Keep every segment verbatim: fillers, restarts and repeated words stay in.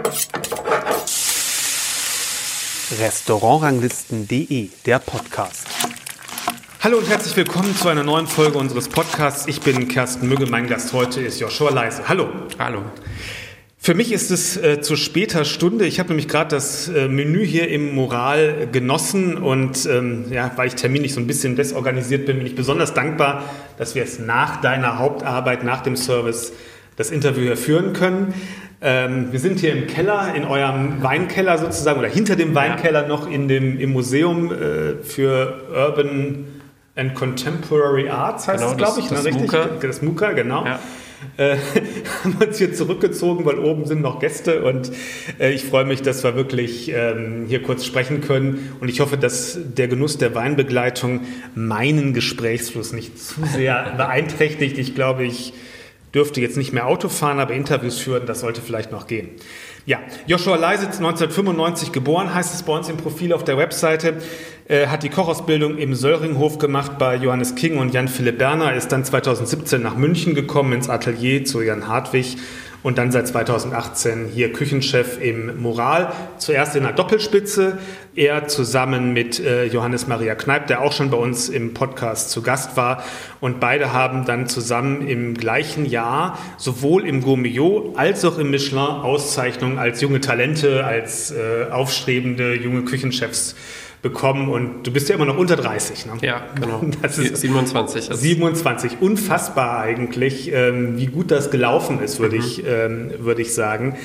Restaurantranglisten punkt de, der Podcast. Hallo und herzlich willkommen zu einer neuen Folge unseres Podcasts. Ich bin Kersten Mügge, mein Gast heute ist Joshua Leise. Hallo. Hallo. Für mich ist es äh, zu später Stunde. Ich habe nämlich gerade das äh, Menü hier im Moral genossen und ähm, ja, weil ich terminlich so ein bisschen desorganisiert bin, bin ich besonders dankbar, dass wir es nach deiner Hauptarbeit, nach dem Service, das Interview hier führen können. Ähm, wir sind hier im Keller, in eurem Weinkeller sozusagen, oder hinter dem Weinkeller noch in dem, im Museum äh, für Urban and Contemporary Arts, heißt genau, es, glaube ich, das, ne, das richtig? MUCA. Das MUCA, genau. Ja. Äh, haben uns hier zurückgezogen, weil oben sind noch Gäste und äh, ich freue mich, dass wir wirklich ähm, hier kurz sprechen können und ich hoffe, dass der Genuss der Weinbegleitung meinen Gesprächsfluss nicht zu sehr beeinträchtigt. Ich glaube, ich dürfte jetzt nicht mehr Auto fahren, aber Interviews führen, das sollte vielleicht noch gehen. Ja, Joshua Leise, neunzehnhundertfünfundneunzig geboren, heißt es bei uns im Profil auf der Webseite, äh, hat die Kochausbildung im Söllringhof gemacht bei Johannes King und Jan Philipp Berner, ist dann zweitausendsiebzehn nach München gekommen ins Atelier zu Jan Hartwig und dann seit zweitausendachtzehn hier Küchenchef im Moral, zuerst in der Doppelspitze, er zusammen mit äh, Johannes Maria Kneip, der auch schon bei uns im Podcast zu Gast war und beide haben dann zusammen im gleichen Jahr sowohl im Gourmillot als auch im Michelin Auszeichnungen als junge Talente, als äh, aufstrebende junge Küchenchefs bekommen und du bist ja immer noch unter dreißig, ne? Ja, genau. Das ist siebenundzwanzig. siebenundzwanzig. Unfassbar eigentlich, ähm, wie gut das gelaufen ist, würde mhm. ich, ähm, würde ich sagen.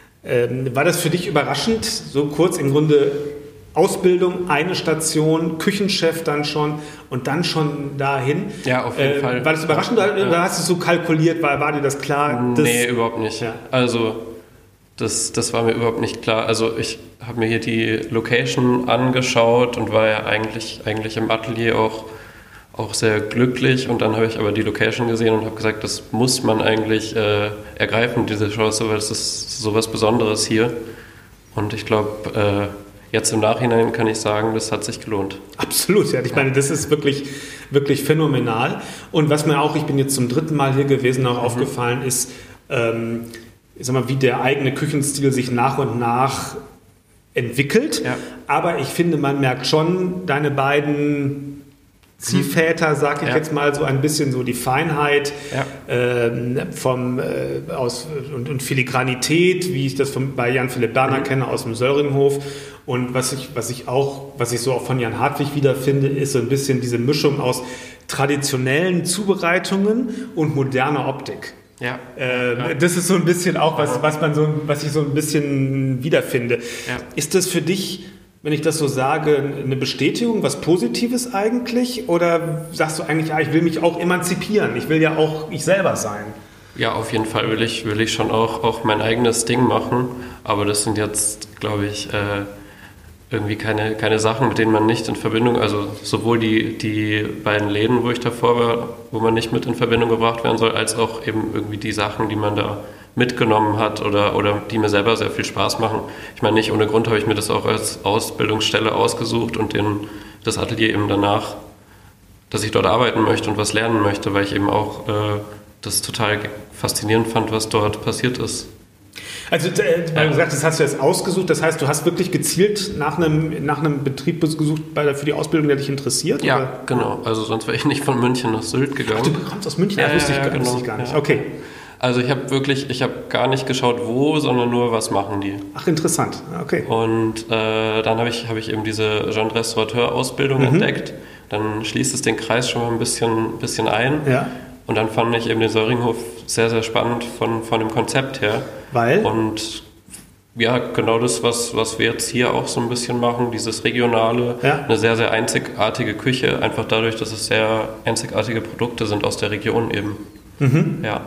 Ähm, war das für dich überraschend, so kurz im Grunde Ausbildung, eine Station, Küchenchef dann schon und dann schon dahin? Ja, auf jeden äh, Fall. War das überraschend oder ja. hast du es so kalkuliert? War, war dir das klar? Das nee, überhaupt nicht. Ja. Also das, das war mir überhaupt nicht klar. Also ich habe mir hier die Location angeschaut und war ja eigentlich, eigentlich im Atelier auch, auch sehr glücklich. Und dann habe ich aber die Location gesehen und habe gesagt, das muss man eigentlich äh, ergreifen, diese Chance, weil es ist so was Besonderes hier. Und ich glaube, äh, jetzt im Nachhinein kann ich sagen, das hat sich gelohnt. Absolut, ja. Ich meine, das ist wirklich, wirklich phänomenal. Und was mir auch, ich bin jetzt zum dritten Mal hier gewesen, auch mhm. aufgefallen ist, ähm, ich sag mal, wie der eigene Küchenstil sich nach und nach entwickelt. Ja. Aber ich finde, man merkt schon, deine beiden Ziehväter, sag ich ja. jetzt mal, so ein bisschen so die Feinheit ja. ähm, vom, äh, aus, und, und Filigranität, wie ich das von, bei Jan Philipp Berner mhm. kenne aus dem Söllringhof. Und was ich, was ich auch, was ich so auch von Jan Hartwig wiederfinde, ist so ein bisschen diese Mischung aus traditionellen Zubereitungen und moderner Optik. Ja. Äh, ja. Das ist so ein bisschen auch was, was man so, was ich so ein bisschen wiederfinde. Ja. Ist das für dich, wenn ich das so sage, eine Bestätigung, was Positives eigentlich? Oder sagst du eigentlich, ja, ich will mich auch emanzipieren, ich will ja auch ich selber sein? Ja, auf jeden Fall will ich, will ich schon auch, auch mein eigenes Ding machen. Aber das sind jetzt, glaube ich, äh, irgendwie keine, keine Sachen, mit denen man nicht in Verbindung, also sowohl die, die beiden Läden, wo ich davor war, wo man nicht mit in Verbindung gebracht werden soll, als auch eben irgendwie die Sachen, die man da mitgenommen hat oder, oder die mir selber sehr viel Spaß machen. Ich meine, nicht ohne Grund habe ich mir das auch als Ausbildungsstelle ausgesucht und den, das Atelier eben danach, dass ich dort arbeiten möchte und was lernen möchte, weil ich eben auch äh, das total faszinierend fand, was dort passiert ist. Also, äh, weil du gesagt hast, das hast du jetzt ausgesucht, das heißt, du hast wirklich gezielt nach einem, nach einem Betrieb gesucht bei der, für die Ausbildung, der dich interessiert? Ja, oder? Genau. Also sonst wäre ich nicht von München nach Sylt gegangen. Ach, du kommst aus München? Ja, das wusste, ja, ich, genau. wusste ich gar nicht. Ja. Okay. Also ich habe wirklich, ich habe gar nicht geschaut, wo, sondern nur, was machen die. Ach, interessant. Okay. Und äh, dann habe ich, hab ich eben diese Jean-Restaurateur-Ausbildung mhm. entdeckt. Dann schließt es den Kreis schon mal ein bisschen, bisschen ein. Ja. Und dann fand ich eben den Söllringhof sehr, sehr spannend von, von dem Konzept her. Weil? Und ja, genau das, was, was wir jetzt hier auch so ein bisschen machen, dieses Regionale, ja. eine sehr, sehr einzigartige Küche, einfach dadurch, dass es sehr einzigartige Produkte sind aus der Region eben. Mhm. Ja.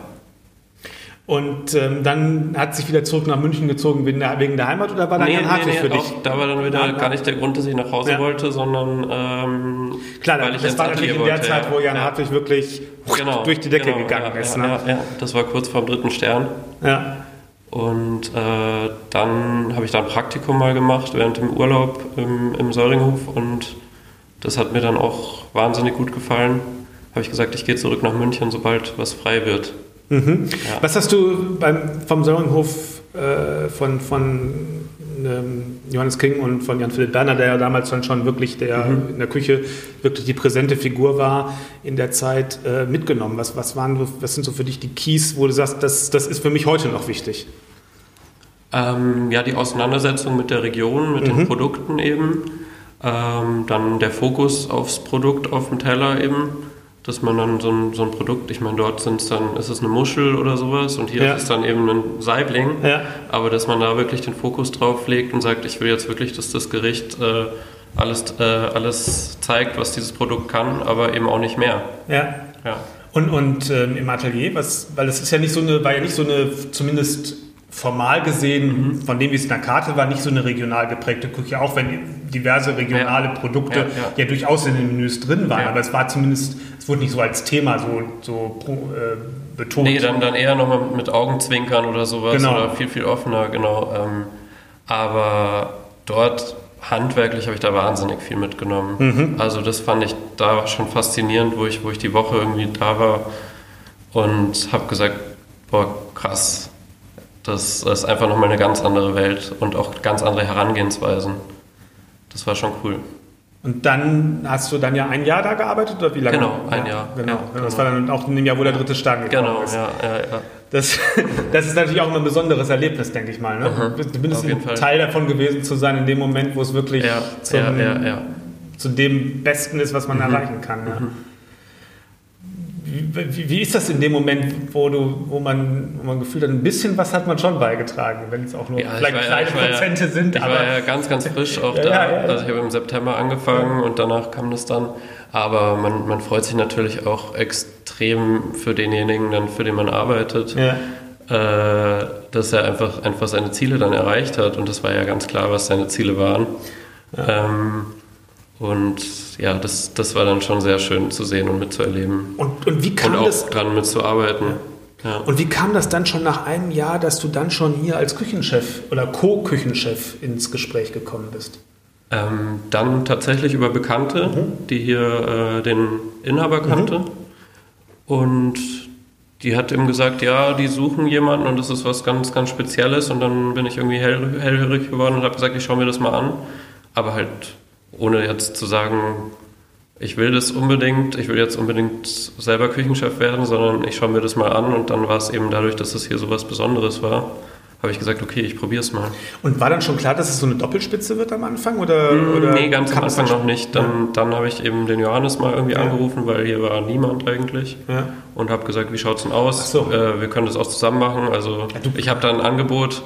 Und ähm, dann hat sich wieder zurück nach München gezogen wegen der, wegen der Heimat oder war dann nee, Jan Hartwig nee, nee, für dich? Auch, da war dann wieder gar nicht der Grund, dass ich nach Hause ja. wollte, sondern ähm, klar, weil ich das war natürlich in der wollte, Zeit, ja. wo Jan ja. Hartwig wirklich genau, durch die Decke genau, gegangen ja, ist. Ja, ne? ja, ja, das war kurz vor dem dritten Stern. Ja. Und äh, dann habe ich da ein Praktikum mal gemacht während dem Urlaub im, im Söllringhof und das hat mir dann auch wahnsinnig gut gefallen. Habe ich gesagt, ich gehe zurück nach München, sobald was frei wird. Mhm. Ja. Was hast du beim, vom Söllringhof äh, von, von ähm, Johannes King und von Jan-Philipp Berner, der ja damals dann schon wirklich der, mhm. in der Küche wirklich die präsente Figur war in der Zeit, äh, mitgenommen? Was, was, waren, was sind so für dich die Keys, wo du sagst, das, das ist für mich heute noch wichtig? Ähm, ja, die Auseinandersetzung mit der Region, mit mhm. den Produkten eben. Ähm, dann der Fokus aufs Produkt auf dem Teller eben, dass man dann so ein, so ein Produkt, ich meine, dort sind's dann, ist es eine Muschel oder sowas und hier ja. ist es dann eben ein Saibling, ja. aber dass man da wirklich den Fokus drauf legt und sagt, ich will jetzt wirklich, dass das Gericht äh, alles, äh, alles zeigt, was dieses Produkt kann, aber eben auch nicht mehr. Ja. ja. Und, und ähm, im Atelier, was, weil es ist ja nicht so eine, war ja nicht so eine, zumindest formal gesehen, mhm. von dem, wie es in der Karte war, nicht so eine regional geprägte Küche, auch wenn diverse regionale ja. Produkte ja, ja. ja durchaus in den Menüs drin waren, ja. aber es war zumindest, es wurde nicht so als Thema so, so äh, betont. Nee, dann, dann eher nochmal mit Augenzwinkern oder sowas genau. oder viel, viel offener, genau. Ähm, aber dort handwerklich habe ich da wahnsinnig viel mitgenommen. Mhm. Also das fand ich da schon faszinierend, wo ich, wo ich die Woche irgendwie da war und habe gesagt, boah, krass. Das ist einfach nochmal eine ganz andere Welt und auch ganz andere Herangehensweisen. Das war schon cool. Und dann hast du dann ja ein Jahr da gearbeitet oder wie lange? Genau, ein Jahr. Genau. Ja, genau. Das war dann auch in dem Jahr, wo der dritte Stern gekommen genau, ist. Genau, ja, ja, ja. Das, das ist natürlich auch immer ein besonderes Erlebnis, denke ich mal. Ne? Mhm, Zumindest ein Fall. Teil davon gewesen zu sein in dem Moment, wo es wirklich ja, zum, ja, ja, ja. zu dem Besten ist, was man mhm. erreichen kann. Ja. Mhm. Wie, wie ist das in dem Moment, wo, du, wo, man, wo man gefühlt hat, ein bisschen was hat man schon beigetragen, wenn es auch nur ja, vielleicht kleine ja, Prozente ja, sind. Ich aber war ja ganz, ganz frisch auch ja, da. Ja, ja, ja. Also ich habe im September angefangen ja. und danach kam das dann. Aber man, man freut sich natürlich auch extrem für denjenigen, dann, für den man arbeitet, ja. äh, dass er einfach, einfach seine Ziele dann erreicht hat. Und das war ja ganz klar, was seine Ziele waren. Ja. Ähm, Und ja, das, das war dann schon sehr schön zu sehen und mitzuerleben. Und, und wie kam und auch das, dran mitzuarbeiten. Ja. Ja. Und wie kam das dann schon nach einem Jahr, dass du dann schon hier als Küchenchef oder Co-Küchenchef ins Gespräch gekommen bist? Ähm, dann tatsächlich über Bekannte, mhm. die hier äh, den Inhaber kannte. Mhm. Und die hat ihm gesagt, ja, die suchen jemanden und das ist was ganz, ganz Spezielles. Und dann bin ich irgendwie hell, hellhörig geworden und habe gesagt, ich schaue mir das mal an. Aber halt ohne jetzt zu sagen, ich will das unbedingt, ich will jetzt unbedingt selber Küchenchef werden, sondern ich schaue mir das mal an und dann war es eben dadurch, dass es hier so was Besonderes war, habe ich gesagt, okay, ich probiere es mal. Und war dann schon klar, dass es so eine Doppelspitze wird am Anfang? Oder, mm, oder nee, ganz am Anfang noch nicht. Dann, ja. dann habe ich eben den Johannes mal irgendwie ja. angerufen, weil hier war niemand eigentlich ja. und habe gesagt, wie schaut es denn aus? So. Äh, wir können das auch zusammen machen. Also ja, ich habe da ein Angebot.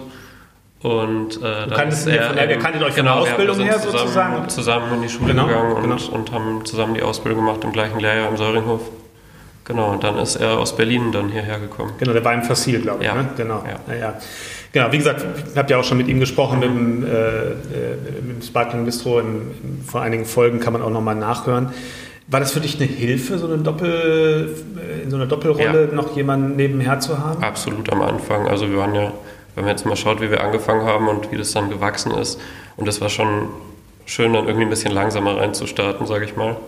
Und äh, du kannst er, ihr kanntet euch von genau, der Ausbildung her zusammen, sozusagen? zusammen in die Schule genau, gegangen und, genau. und haben zusammen die Ausbildung gemacht im gleichen Lehrjahr im Säuringhof. Genau, und dann ist er aus Berlin dann hierher gekommen. Genau, der war im Fassil, glaube ich. Ja. Ne? Genau. Ja. Ja, ja. Genau, wie gesagt, ich habe ja auch schon mit ihm gesprochen, mit dem, äh, mit dem Sparkling Bistro. In, in, vor einigen Folgen kann man auch nochmal nachhören. War das für dich eine Hilfe, so eine Doppel, in so einer Doppelrolle ja. noch jemanden nebenher zu haben? Absolut am Anfang. Also wir waren ja, wenn man jetzt mal schaut, wie wir angefangen haben und wie das dann gewachsen ist. Und das war schon schön, dann irgendwie ein bisschen langsamer reinzustarten, sage ich mal.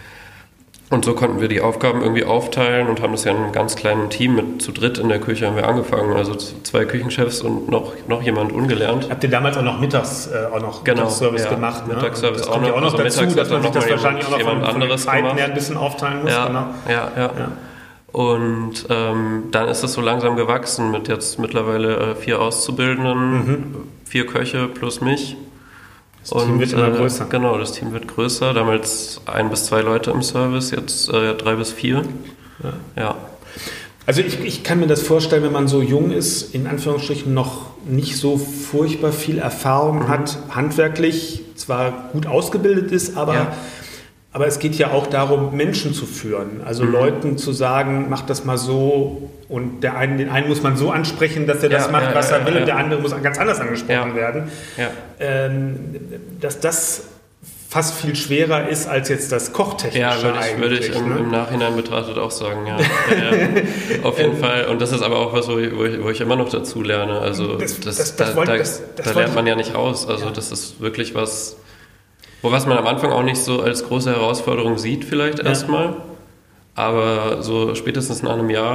Und so konnten wir die Aufgaben irgendwie aufteilen und haben das ja in einem ganz kleinen Team mit zu dritt in der Küche haben wir angefangen. Also zwei Küchenchefs und noch, noch jemand ungelernt. Habt ihr damals auch noch mittags äh, auch noch genau, Mittagsservice ja, gemacht? Ne? Mittagsservice das auch kommt ja auch noch also dazu, dass man sich das wahrscheinlich auch noch jemand von, von anderes den Zeiten gemacht. her ein bisschen aufteilen muss. Ja, genau. ja, ja. ja. Und ähm, dann ist es so langsam gewachsen mit jetzt mittlerweile äh, vier Auszubildenden, mhm. vier Köche plus mich. Das Team und, wird immer größer. Äh, genau, das Team wird größer. Damals ein bis zwei Leute im Service, jetzt äh, drei bis vier. Ja. ja. Also ich, ich kann mir das vorstellen, wenn man so jung ist, in Anführungsstrichen noch nicht so furchtbar viel Erfahrung mhm. hat, handwerklich zwar gut ausgebildet ist, aber... Ja. Aber es geht ja auch darum, Menschen zu führen. Also mhm. Leuten zu sagen, mach das mal so und der einen, den einen muss man so ansprechen, dass er das ja, macht, ja, was ja, er will ja, und der ja. andere muss ganz anders angesprochen ja. werden. Ja. Ähm, dass das fast viel schwerer ist als jetzt das Kochtechnische ja, würde ich, eigentlich. Würde ich im, ne? im Nachhinein betrachtet auch sagen, ja. ja, ja. Auf jeden Fall. Und das ist aber auch was, wo ich, wo ich, wo ich immer noch dazu lerne. Also das, das, das, das da, wollte, das, da lernt wollte, man ja nicht aus. Also ja. das ist wirklich was... Wo was man am Anfang auch nicht so als große Herausforderung sieht vielleicht ja. erstmal, aber so spätestens nach einem Jahr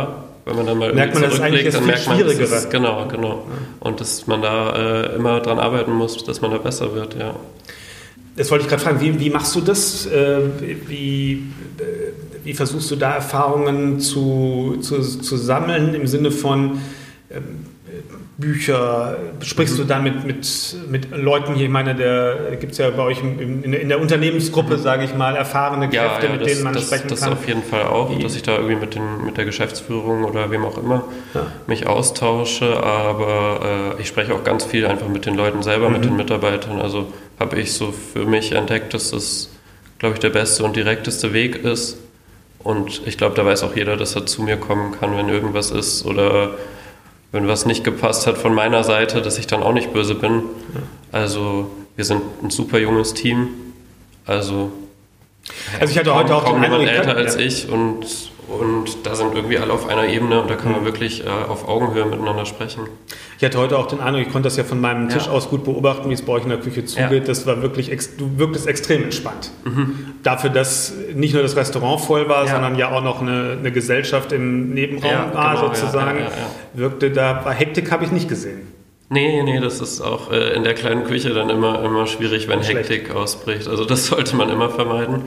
wenn man dann mal merkt man, das eigentlich dann merkt man, schwierigere. Das ist, genau, genau. Ja. Und dass man da äh, immer dran arbeiten muss, dass man da besser wird, ja. Das wollte ich gerade fragen, wie, wie machst du das? Äh, wie, äh, wie versuchst du da Erfahrungen zu, zu, zu sammeln im Sinne von ähm, Bücher? Sprichst mhm. du da mit, mit, mit Leuten hier? Ich meine, da gibt es ja bei euch in, in, in der Unternehmensgruppe, mhm. sage ich mal, erfahrene Kräfte, ja, ja, mit das, denen man das, sprechen das kann. Das auf jeden Fall auch, wie? Dass ich da irgendwie mit, den, mit der Geschäftsführung oder wem auch immer ja. mich austausche. Aber äh, ich spreche auch ganz viel einfach mit den Leuten selber, mhm. mit den Mitarbeitern. Also habe ich so für mich entdeckt, dass das, glaube ich, der beste und direkteste Weg ist. Und ich glaube, da weiß auch jeder, dass er zu mir kommen kann, wenn irgendwas ist oder wenn was nicht gepasst hat von meiner Seite, dass ich dann auch nicht böse bin. Also wir sind ein super junges Team. Also, also ich hatte heute auch kaum den jemand Eindruck, älter als ja. ich und, und da sind irgendwie alle auf einer Ebene und da kann man mhm. wirklich äh, auf Augenhöhe miteinander sprechen. Ich hatte heute auch den Eindruck, ich konnte das ja von meinem Tisch ja. aus gut beobachten, wie es bei euch in der Küche zugeht. Ja. Das war wirklich, du wirktest extrem entspannt. Mhm. Dafür, dass nicht nur das Restaurant voll war, ja. sondern ja auch noch eine, eine Gesellschaft im Nebenraum ja, war, genau, sozusagen, ja, ja, ja, ja. wirkte da, Hektik habe ich nicht gesehen. Nee, nee, das ist auch äh, in der kleinen Küche dann immer, immer schwierig, wenn Schlecht. Hektik ausbricht. Also das sollte man immer vermeiden.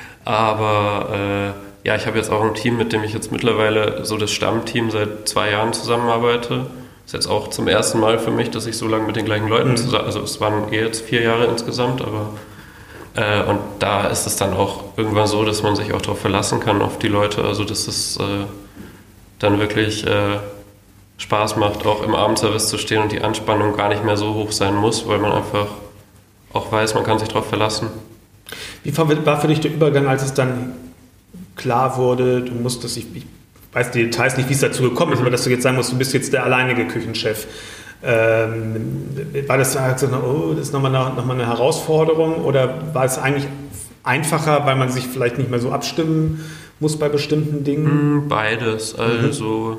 Aber äh, ja, ich habe jetzt auch ein Team, mit dem ich jetzt mittlerweile so das Stammteam seit zwei Jahren zusammenarbeite. Das ist jetzt auch zum ersten Mal für mich, dass ich so lange mit den gleichen Leuten mhm. zusammen, also es waren eh jetzt vier Jahre insgesamt, aber äh, und da ist es dann auch irgendwann so, dass man sich auch darauf verlassen kann, auf die Leute, also dass es äh, dann wirklich äh, Spaß macht, auch im Abendservice zu stehen und die Anspannung gar nicht mehr so hoch sein muss, weil man einfach auch weiß, man kann sich darauf verlassen. Wie war für dich der Übergang, als es dann klar wurde, du musstest, ich, ich weiß die Details nicht, wie es dazu gekommen ist, mhm. aber dass du jetzt sagen musst, du bist jetzt der alleinige Küchenchef. Ähm, war das, oh, das ist nochmal eine, noch mal eine Herausforderung oder war es eigentlich einfacher, weil man sich vielleicht nicht mehr so abstimmen muss bei bestimmten Dingen? Beides, also mhm.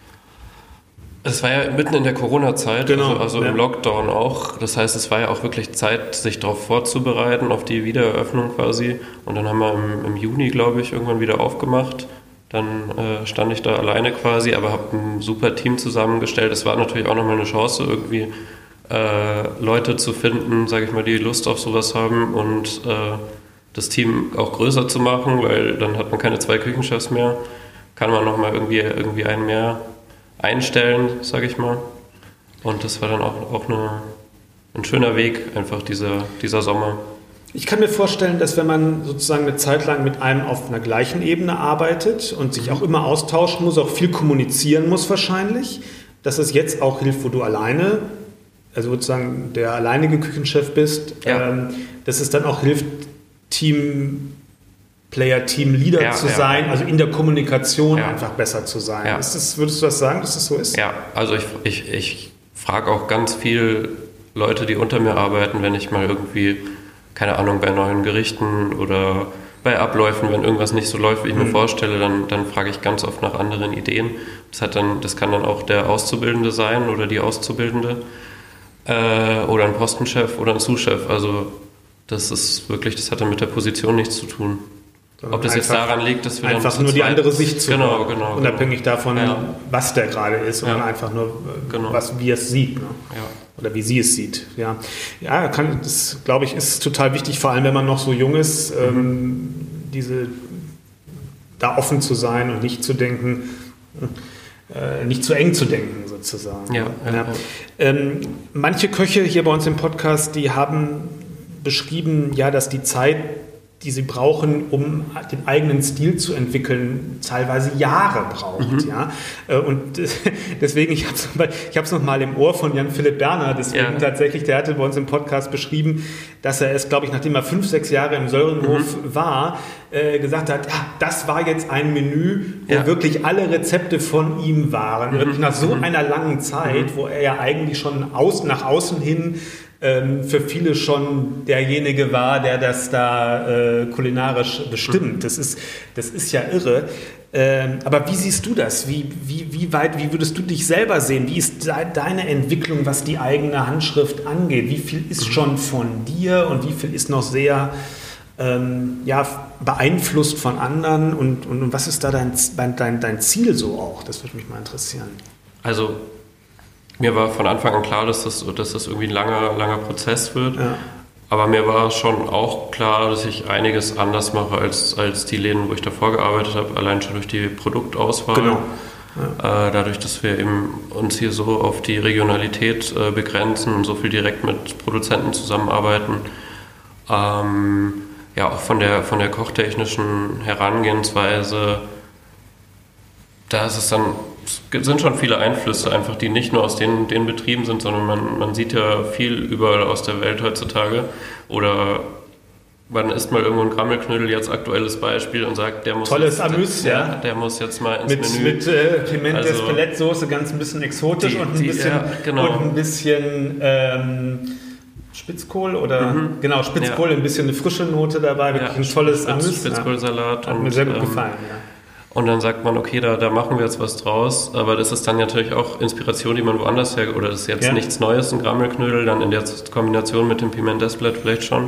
es war ja mitten in der Corona-Zeit, genau, also, also ja. im Lockdown auch. Das heißt, es war ja auch wirklich Zeit, sich darauf vorzubereiten, auf die Wiedereröffnung quasi. Und dann haben wir im, im Juni, glaube ich, irgendwann wieder aufgemacht. Dann äh, stand ich da alleine quasi, aber habe ein super Team zusammengestellt. Es war natürlich auch nochmal eine Chance, irgendwie äh, Leute zu finden, sage ich mal, die Lust auf sowas haben und äh, das Team auch größer zu machen, weil dann hat man keine zwei Küchenchefs mehr. Kann man nochmal irgendwie, irgendwie einen mehr einstellen, sage ich mal. Und das war dann auch, auch eine, ein schöner Weg, einfach dieser, dieser Sommer. Ich kann mir vorstellen, dass wenn man sozusagen eine Zeit lang mit einem auf einer gleichen Ebene arbeitet und sich auch immer austauschen muss, auch viel kommunizieren muss wahrscheinlich, dass es jetzt auch hilft, wo du alleine, also sozusagen der alleinige Küchenchef bist, ja. ähm, dass es dann auch hilft, Teamplayer, Teamleader ja, zu ja. sein, also in der Kommunikation ja. einfach besser zu sein. Ja. Ist das, würdest du das sagen, dass das so ist? Ja, also ich, ich, ich frage auch ganz viel Leute, die unter mir arbeiten, wenn ich mal irgendwie, keine Ahnung, bei neuen Gerichten oder bei Abläufen, wenn irgendwas nicht so läuft, wie ich mhm. mir vorstelle, dann, dann frage ich ganz oft nach anderen Ideen. Das, hat dann, das kann dann auch der Auszubildende sein oder die Auszubildende äh, oder ein Postenchef oder ein Sous-Chef. Also das ist wirklich, das hat dann mit der Position nichts zu tun. Ob das jetzt daran liegt, dass wir einfach dann nur die andere Sicht zu genau, genau, genau, unabhängig davon, ja. was der gerade ist, sondern ja. einfach nur, genau. was, wie er es sieht. Ne? Ja. Oder wie sie es sieht. Ja, ja kann, das glaube ich ist total wichtig, vor allem wenn man noch so jung ist, mhm. ähm, diese, da offen zu sein und nicht zu denken, äh, nicht zu eng zu denken sozusagen. Ja, ja, ja. Ja. Ähm, manche Köche hier bei uns im Podcast, die haben beschrieben, ja, dass die Zeit, die sie brauchen, um den eigenen Stil zu entwickeln, teilweise Jahre braucht. Mhm. Ja? Und deswegen, ich habe es ich hab's noch mal im Ohr von Jan-Philipp Berner, deswegen ja. tatsächlich, der hatte bei uns im Podcast beschrieben, dass er es, glaube ich, nachdem er fünf, sechs Jahre im Sörenhof mhm. war, äh, gesagt hat, ja, das war jetzt ein Menü, wo ja. wirklich alle Rezepte von ihm waren. Mhm. Wirklich nach so mhm. einer langen Zeit, mhm. wo er ja eigentlich schon aus, nach außen hin für viele schon derjenige war, der das da äh, kulinarisch bestimmt. Das ist, das ist ja irre. Ähm, aber wie siehst du das? Wie, wie, wie weit, wie würdest du dich selber sehen? Wie ist de- deine Entwicklung, was die eigene Handschrift angeht? Wie viel ist schon von dir und wie viel ist noch sehr ähm, ja, beeinflusst von anderen und, und, und was ist da dein, dein, dein Ziel so auch? Das würde mich mal interessieren. Also mir war von Anfang an klar, dass das, dass das irgendwie ein langer, langer Prozess wird. Ja. Aber mir war schon auch klar, dass ich einiges anders mache als, als die Läden, wo ich davor gearbeitet habe, allein schon durch die Produktauswahl. Genau. Ja. Äh, dadurch, dass wir eben uns hier so auf die Regionalität äh, begrenzen und so viel direkt mit Produzenten zusammenarbeiten. Ähm, ja, auch von der, von der kochtechnischen Herangehensweise, da ist es dann, es sind schon viele Einflüsse einfach, die nicht nur aus den, den Betrieben sind, sondern man, man sieht ja viel überall aus der Welt heutzutage. Oder man isst mal irgendwo ein Krammelknödel, jetzt aktuelles Beispiel, und sagt, der muss Tolles jetzt, Amüs, der, ja. der muss jetzt mal ins mit, Menü. Mit äh, Piment also, Espelette-Soße, ganz ein bisschen exotisch die, und, ein die, bisschen, ja, genau. und ein bisschen ähm, Spitzkohl oder mhm. genau, Spitzkohl, ja. ein bisschen eine frische Note dabei, wirklich ja, ein tolles Spitz, Amüs. Spitzkohlsalat. Ja. Hat und, mir sehr gut ähm, gefallen, ja. Und dann sagt man, okay, da, da machen wir jetzt was draus, aber das ist dann natürlich auch Inspiration, die man woanders her, oder das ist jetzt ja. nichts Neues, ein Krammelknödel, dann in der Kombination mit dem Piment Espelette vielleicht schon.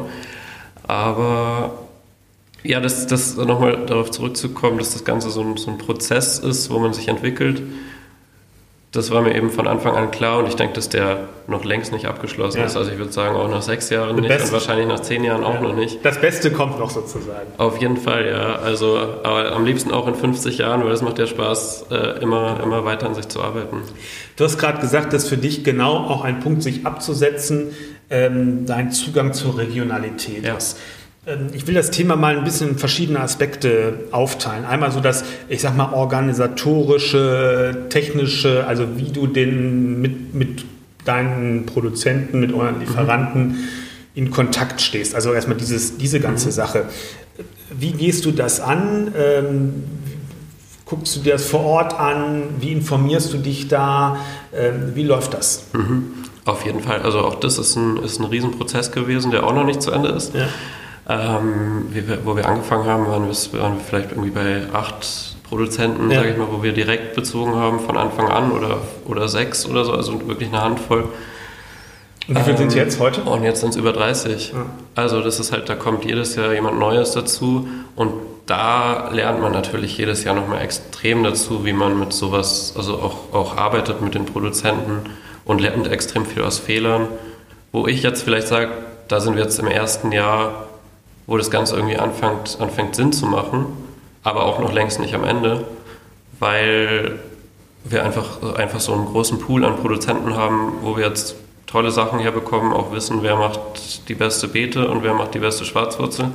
Aber ja, das, das nochmal darauf zurückzukommen, dass das Ganze so ein, so ein Prozess ist, wo man sich entwickelt, das war mir eben von Anfang an klar, und ich denke, dass der noch längst nicht abgeschlossen ja. ist. Also ich würde sagen, auch nach sechs Jahren The nicht best. Und wahrscheinlich nach zehn Jahren auch ja. noch nicht. Das Beste kommt noch sozusagen. Auf jeden Fall, ja. Also aber am liebsten auch in fünfzig Jahren, weil es macht ja Spaß, äh, immer, immer weiter an sich zu arbeiten. Du hast gerade gesagt, dass für dich genau auch ein Punkt, sich abzusetzen, ähm, dein Zugang zur Regionalität ja. ist. Ich will das Thema mal ein bisschen in verschiedene Aspekte aufteilen. Einmal so das, ich sag mal, organisatorische, technische, also wie du den mit, mit deinen Produzenten, mit euren Lieferanten mhm. in Kontakt stehst. Also erstmal dieses, diese ganze mhm. Sache. Wie gehst du das an? Ähm, guckst du dir das vor Ort an? Wie informierst du dich da? Ähm, wie läuft das? Mhm. Auf jeden Fall. Also auch das ist ein, ist ein Riesenprozess gewesen, der auch noch nicht zu Ende ist. Ja. Ähm, wie wir, wo wir angefangen haben, waren wir, waren wir vielleicht irgendwie bei acht Produzenten, ja. sage ich mal, wo wir direkt bezogen haben von Anfang an, oder, oder sechs oder so, also wirklich eine Handvoll. Und wie viele ähm, sind es jetzt heute? Und jetzt sind es über dreißig. Ja. Also das ist halt, da kommt jedes Jahr jemand Neues dazu, und da lernt man natürlich jedes Jahr nochmal extrem dazu, wie man mit sowas, also auch, auch arbeitet mit den Produzenten, und lernt extrem viel aus Fehlern, wo ich jetzt vielleicht sage, da sind wir jetzt im ersten Jahr, wo das Ganze irgendwie anfängt, anfängt Sinn zu machen, aber auch noch längst nicht am Ende, weil wir einfach, einfach so einen großen Pool an Produzenten haben, wo wir jetzt tolle Sachen herbekommen, auch wissen, wer macht die beste Beete und wer macht die beste Schwarzwurzel.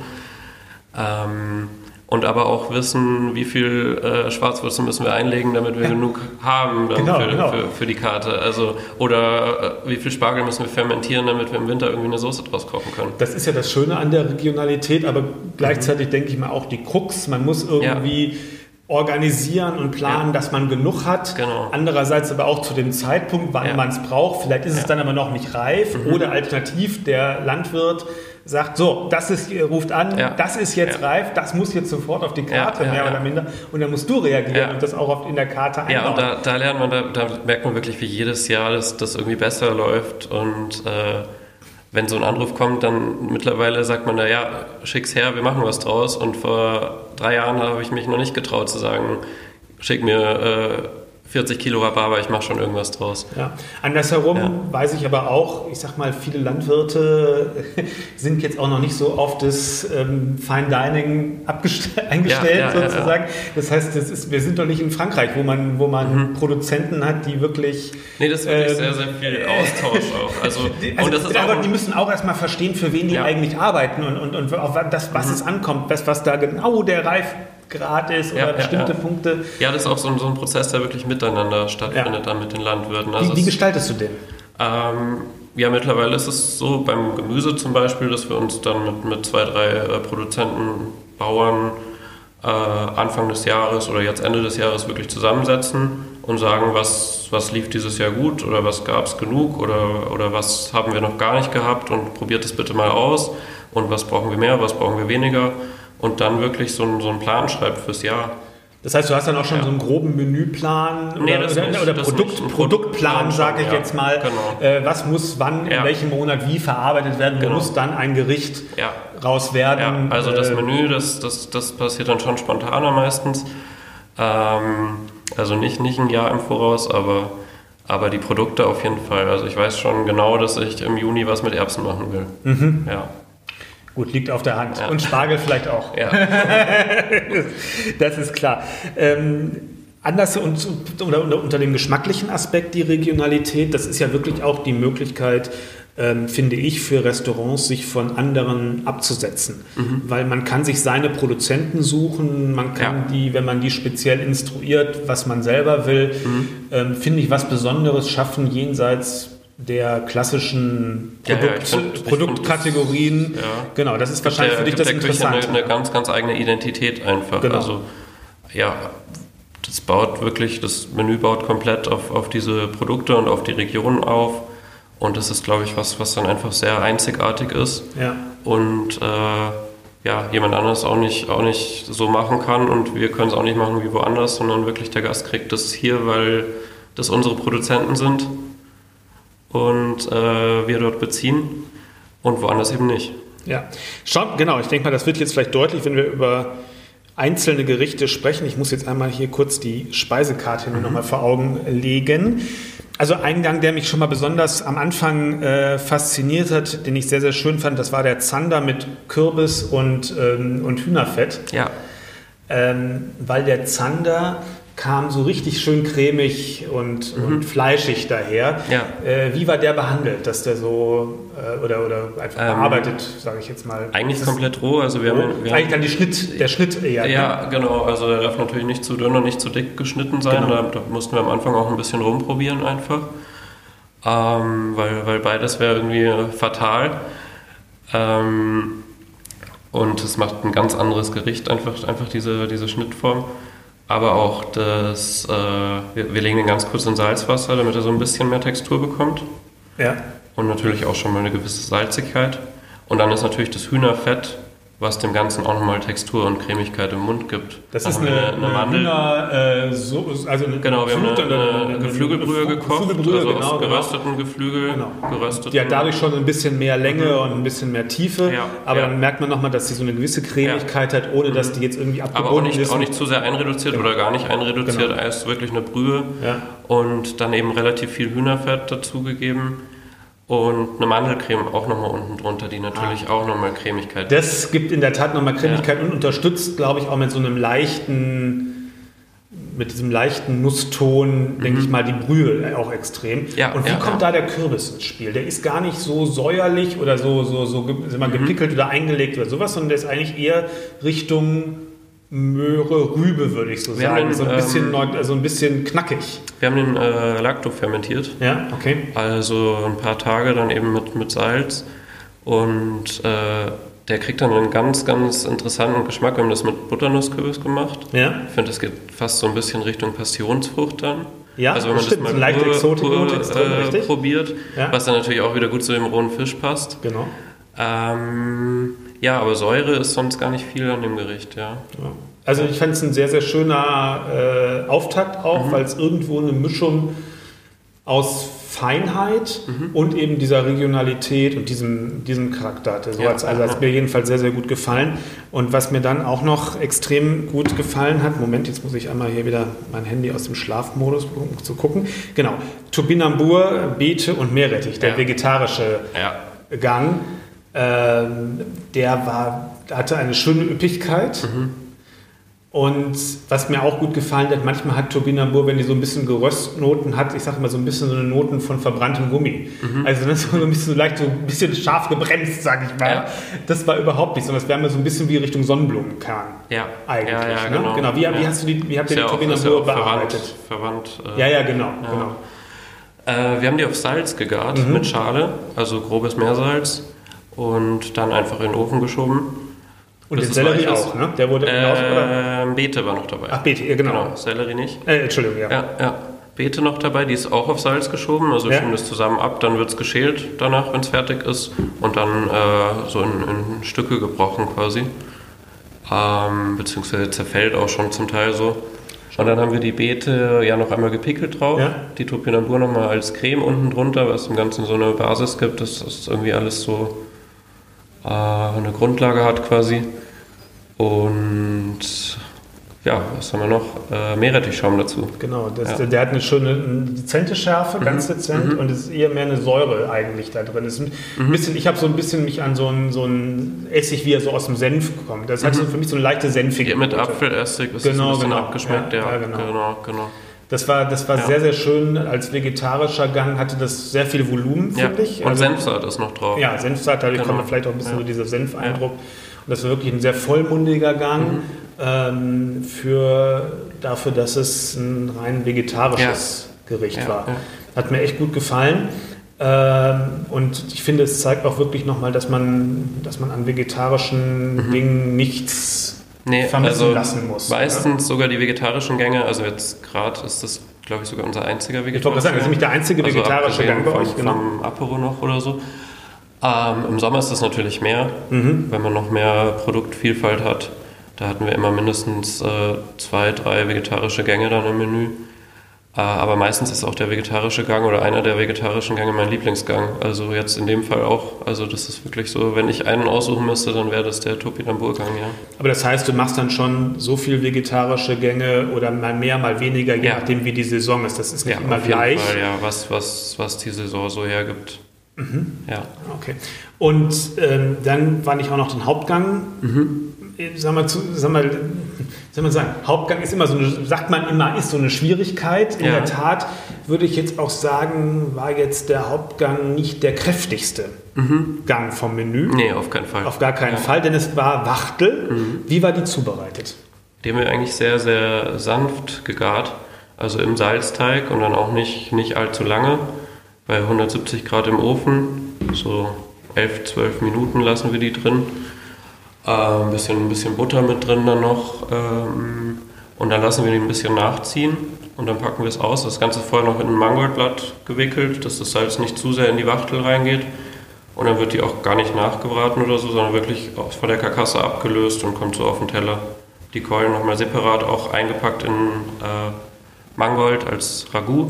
Ähm, und aber auch wissen, wie viel äh, Schwarzwurzel müssen wir einlegen, damit wir ja. genug haben dann genau, für, genau. Für, für die Karte. Also, oder äh, wie viel Spargel müssen wir fermentieren, damit wir im Winter irgendwie eine Soße draus kochen können. Das ist ja das Schöne an der Regionalität, aber gleichzeitig mhm. denke ich mal auch die Krux. Man muss irgendwie ja. organisieren und planen, ja. dass man genug hat. Genau. Andererseits aber auch zu dem Zeitpunkt, wann ja. man es braucht. Vielleicht ist ja. es dann aber noch nicht reif. Mhm. Oder alternativ der Landwirt sagt, so, das ist, ruft an, ja. das ist jetzt ja. reif, das muss jetzt sofort auf die Karte, ja, ja, mehr ja. oder minder, und dann musst du reagieren ja. und das auch auf, in der Karte einbauen. Ja, und da, da lernt man, da, da merkt man wirklich, wie jedes Jahr das, das irgendwie besser läuft, und äh, wenn so ein Anruf kommt, dann mittlerweile sagt man da, ja, schick's her, wir machen was draus, und vor drei Jahren habe ich mich noch nicht getraut zu sagen, schick mir äh, vierzig Kilo Rhabarber, ich mache schon irgendwas draus. Ja. Andersherum ja. weiß ich aber auch, ich sag mal, viele Landwirte sind jetzt auch noch nicht so auf das ähm, Fine Dining eingestellt, ja, ja, sozusagen. Ja, ja. Das heißt, das ist, wir sind doch nicht in Frankreich, wo man, wo man mhm. Produzenten hat, die wirklich... Nee, das ist wirklich ähm, sehr, sehr viel Austausch auch. Also, also und das ist aber auch die müssen auch erstmal verstehen, für wen die ja. eigentlich arbeiten, und, und, und auf das, was mhm. es ankommt, was, was da genau der Reifgrad ist oder ja, bestimmte ja, ja. Punkte. Ja, das ist auch so ein, so ein Prozess, der wirklich miteinander stattfindet, ja. dann mit den Landwirten. Also wie, wie gestaltest du den? Ähm, ja, mittlerweile ist es so, beim Gemüse zum Beispiel, dass wir uns dann mit, mit zwei, drei äh, Produzenten, Bauern äh, Anfang des Jahres oder jetzt Ende des Jahres wirklich zusammensetzen und sagen, was, was lief dieses Jahr gut oder was gab es genug oder, oder was haben wir noch gar nicht gehabt, und probiert es bitte mal aus, und was brauchen wir mehr, was brauchen wir weniger, und dann wirklich so, ein, so einen Plan schreibt fürs Jahr. Das heißt, du hast dann auch schon ja. so einen groben Menüplan nee, oder, oder, oder Produkt, Produktplan, sage ich ja, jetzt mal. Genau. Äh, was muss wann, ja. in welchem Monat wie verarbeitet werden, wo genau. muss dann ein Gericht ja. raus werden. Ja, also äh, das Menü, das, das, das passiert dann schon spontaner meistens. Ähm, also nicht, nicht ein Jahr im Voraus, aber, aber die Produkte auf jeden Fall. Also ich weiß schon genau, dass ich im Juni was mit Erbsen machen will. Mhm. Ja. Gut, liegt auf der Hand. Ja. Und Spargel vielleicht auch. Ja. Das ist klar. Ähm, anders und, oder, oder unter dem geschmacklichen Aspekt die Regionalität, das ist ja wirklich auch die Möglichkeit, ähm, finde ich, für Restaurants sich von anderen abzusetzen. Mhm. Weil man kann sich seine Produzenten suchen, man kann ja. die, wenn man die speziell instruiert, was man selber will, mhm. ähm, finde ich, was Besonderes schaffen jenseits der klassischen Produkt, ja, ja, find, Produktkategorien. Find das, ja. Genau, das ist wahrscheinlich der, für dich das Interessante. Eine, eine ganz, ganz eigene Identität einfach. Genau. Also ja, das baut wirklich, das Menü baut komplett auf, auf diese Produkte und auf die Region auf. Und das ist, glaube ich, was, was dann einfach sehr einzigartig ist. Ja. Und äh, ja, jemand anderes auch nicht, auch nicht so machen kann. Und wir können es auch nicht machen wie woanders, sondern wirklich der Gast kriegt das hier, weil das unsere Produzenten sind. Und äh, wir dort beziehen und woanders eben nicht. Ja, schon, genau. Ich denke mal, das wird jetzt vielleicht deutlich, wenn wir über einzelne Gerichte sprechen. Ich muss jetzt einmal hier kurz die Speisekarte mhm. nochmal vor Augen legen. Also ein Gang, der mich schon mal besonders am Anfang äh, fasziniert hat, den ich sehr, sehr schön fand, das war der Zander mit Kürbis und, ähm, und Hühnerfett. Ja. Ähm, weil der Zander kam so richtig schön cremig und, mhm. und fleischig daher. Ja. Äh, wie war der behandelt, dass der so, äh, oder, oder einfach ähm, bearbeitet, sage ich jetzt mal? Eigentlich komplett roh. Also wir roh? haben, wir eigentlich haben, dann die Schnitt, der Schnitt eher. Ja, ne? Genau. Also der darf natürlich nicht zu dünn und nicht zu dick geschnitten sein. Genau. Da, da mussten wir am Anfang auch ein bisschen rumprobieren einfach. Ähm, weil, weil beides wäre irgendwie fatal. Ähm, und es macht ein ganz anderes Gericht, einfach, einfach diese, diese Schnittform. Aber auch das, äh, wir, wir legen den ganz kurz in Salzwasser, damit er so ein bisschen mehr Textur bekommt. Ja. Und natürlich auch schon mal eine gewisse Salzigkeit. Und dann ist natürlich das Hühnerfett, was dem Ganzen auch nochmal Textur und Cremigkeit im Mund gibt. Das ist eine, eine, eine Mandel. Hühner, äh, so, also eine genau, wir haben eine, eine, eine Geflügelbrühe gekocht, Geflügelbrühe, also genau, aus gerösteten genau. Geflügel. Genau. Gerösteten. Die hat dadurch schon ein bisschen mehr Länge mhm. und ein bisschen mehr Tiefe, ja, aber ja. dann merkt man nochmal, dass sie so eine gewisse Cremigkeit ja. hat, ohne mhm. dass die jetzt irgendwie abgebunden aber auch nicht, ist. auch nicht zu sehr einreduziert genau. oder gar nicht einreduziert, genau. erst wirklich eine Brühe ja. und dann eben relativ viel Hühnerfett dazugegeben. Und eine Mandelcreme auch nochmal unten drunter, die natürlich ah. auch nochmal Cremigkeit gibt. Das gibt in der Tat nochmal Cremigkeit ja. und unterstützt, glaube ich, auch mit so einem leichten, mit diesem leichten Nusston, mhm. denke ich mal, die Brühe auch extrem. Ja, und wie ja, kommt ja. da der Kürbis ins Spiel? Der ist gar nicht so säuerlich oder so, so, so sind wir, mhm. gepickelt oder eingelegt oder sowas, sondern der ist eigentlich eher Richtung Möhre, Rübe, würde ich so wir sagen. Den, so, ein bisschen, ähm, also ein bisschen knackig. Wir haben den äh, Lacto fermentiert. Ja, okay. Also ein paar Tage dann eben mit, mit Salz. Und äh, der kriegt dann einen ganz, ganz interessanten Geschmack. Wir haben das mit Butternusskürbis gemacht. Ja. Ich finde, das geht fast so ein bisschen Richtung Passionsfrucht dann. Ja, also wenn man stimmt, das mal leicht pur, Exotik pur, drin, äh, probiert, ja. was dann natürlich auch wieder gut zu dem rohen Fisch passt. Genau. Ähm, ja, aber Säure ist sonst gar nicht viel an dem Gericht, ja. ja. Also ich fand es ein sehr, sehr schöner äh, Auftakt auch, mhm. weil es irgendwo eine Mischung aus Feinheit mhm. und eben dieser Regionalität und diesem, diesem Charakter hatte. So ja, als, also hat es mir jedenfalls sehr, sehr gut gefallen. Und was mir dann auch noch extrem gut gefallen hat, Moment, jetzt muss ich einmal hier wieder mein Handy aus dem Schlafmodus um zu gucken. Genau, Topinambur, Beete und Meerrettich, der ja. vegetarische ja. Gang, ähm, der war, hatte eine schöne Üppigkeit. Mhm. Und was mir auch gut gefallen hat, manchmal hat Topinambur, wenn die so ein bisschen Geröstnoten hat, ich sag mal so ein bisschen so eine Noten von verbranntem Gummi. Mhm. Also das ist so ein bisschen so leicht, so ein bisschen scharf gebremst, sag ich mal. Ja. Das war überhaupt nicht, sondern das wäre mir so ein bisschen wie Richtung Sonnenblumenkern. Ja. Eigentlich. Ja, ja, ne? genau. genau. Wie, ja. wie, hast du die, wie habt ihr ist die ja Topinambur ja bearbeitet? Verwandt. verwandt äh, ja, ja, genau. ja. genau. Äh, wir haben die auf Salz gegart mhm. mit Schale, also grobes Meersalz und dann einfach in den Ofen geschoben. Und den Sellerie auch, ne? Der wurde äh, oder? Beete war noch dabei. Ach, Beete, ja, genau. genau. Sellerie nicht. Äh, Entschuldigung, ja. ja. Ja, Beete noch dabei, die ist auch auf Salz geschoben. Also wir ja. schieben das zusammen ab, dann wird es geschält danach, wenn es fertig ist. Und dann äh, so in, in Stücke gebrochen quasi. ähm, beziehungsweise zerfällt auch schon zum Teil so. Und dann haben wir die Beete ja noch einmal gepickelt drauf, ja. Die Topinambur nochmal als Creme unten drunter, was dem Ganzen so eine Basis gibt, dass das irgendwie alles so äh, eine Grundlage hat quasi. Und ja, was haben wir noch? Äh, Meerrettichschaum dazu. Genau, das, ja. der hat eine schöne dezente Schärfe, mhm. ganz dezent, mhm. und es ist eher mehr eine Säure eigentlich da drin. Es ist ein mhm. bisschen, ich habe so ein bisschen mich an so einen so einen Essig, wie er so aus dem Senf kommt. Das mhm. hat so für mich so eine leichte senfige ja, mit Note. Apfelessig ist genau, es ein bisschen genau. abgeschmeckt. Ja, ja, genau. genau, genau. Das war, das war ja. sehr, sehr schön. Als vegetarischer Gang hatte das sehr viel Volumen, ja. finde ich. Und also, Senfsaat ist noch drauf. Ja, Senfsaat, dadurch genau. kommt vielleicht auch ein bisschen ja. so dieser Senfeindruck. Ja. Und das war wirklich ein sehr vollmundiger Gang. Mhm. Ähm, für, dafür, dass es ein rein vegetarisches ja. Gericht ja, war. Ja. Hat mir echt gut gefallen. Ähm, und ich finde, es zeigt auch wirklich nochmal, dass man, dass man an vegetarischen mhm. Dingen nichts nee, vermissen also lassen muss. Meistens ja? sogar die vegetarischen Gänge, also jetzt gerade ist das, glaube ich, sogar unser einziger vegetarischer Gang. Ich wollte sagen, das ist nämlich der einzige also vegetarische Gang bei vom, euch. Genau. Vom Apero noch oder so. Ähm, Im Sommer ist das natürlich mehr, mhm. wenn man noch mehr Produktvielfalt hat. Da hatten wir immer mindestens äh, zwei, drei vegetarische Gänge dann im Menü. Äh, aber meistens ist auch der vegetarische Gang oder einer der vegetarischen Gänge mein Lieblingsgang. Also jetzt in dem Fall auch. Also das ist wirklich so, wenn ich einen aussuchen müsste, dann wäre das der Topinambur-Gang, ja. Aber das heißt, du machst dann schon so viel vegetarische Gänge oder mal mehr, mal weniger, je ja. nachdem wie die Saison ist. Das ist nicht ja, immer auf jeden gleich. Fall, ja, was, was, was die Saison so hergibt. Mhm. Ja. Okay. Und ähm, dann war nicht auch noch den Hauptgang. Mhm. Sag mal, sag mal, soll man sagen, Hauptgang ist immer so eine, sagt man immer, ist so eine Schwierigkeit. In ja. der Tat würde ich jetzt auch sagen, war jetzt der Hauptgang nicht der kräftigste mhm. Gang vom Menü. Nee, auf keinen Fall. Auf gar keinen ja. Fall, denn es war Wachtel. Mhm. Wie war die zubereitet? Die haben wir eigentlich sehr, sehr sanft gegart. Also im Salzteig und dann auch nicht, nicht allzu lange. Bei hundertsiebzig Grad im Ofen. So elf, zwölf Minuten lassen wir die drin. Äh, ein, bisschen, ein bisschen Butter mit drin dann noch ähm, und dann lassen wir die ein bisschen nachziehen und dann packen wir es aus. Das Ganze vorher noch in ein Mangoldblatt gewickelt, dass das Salz nicht zu sehr in die Wachtel reingeht und dann wird die auch gar nicht nachgebraten oder so, sondern wirklich von der Karkasse abgelöst und kommt so auf den Teller. Die Keulen nochmal separat auch eingepackt in äh, Mangold als Ragout.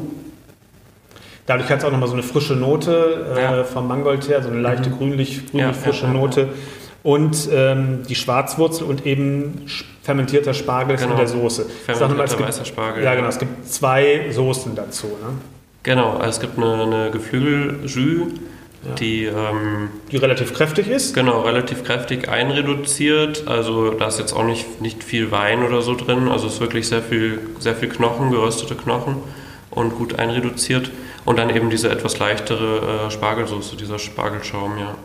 Dadurch hat es auch nochmal so eine frische Note äh, ja. vom Mangold her, so eine leichte mhm. grünlich, grünlich ja, frische ja, ja, Note. Ja. Und ähm, die Schwarzwurzel und eben fermentierter Spargel genau. in der Soße. Fermentierter mal, es gibt, weißer Spargel. Ja, genau. Es gibt zwei Soßen dazu. Ne? Genau, also es gibt eine, eine Geflügel-Jus, ja. die, ähm, die relativ kräftig ist. Genau, relativ kräftig einreduziert. Also da ist jetzt auch nicht, nicht viel Wein oder so drin. Also es ist wirklich sehr viel, sehr viel Knochen, geröstete Knochen und gut einreduziert. Und dann eben diese etwas leichtere äh, Spargelsoße, dieser Spargelschaum, ja.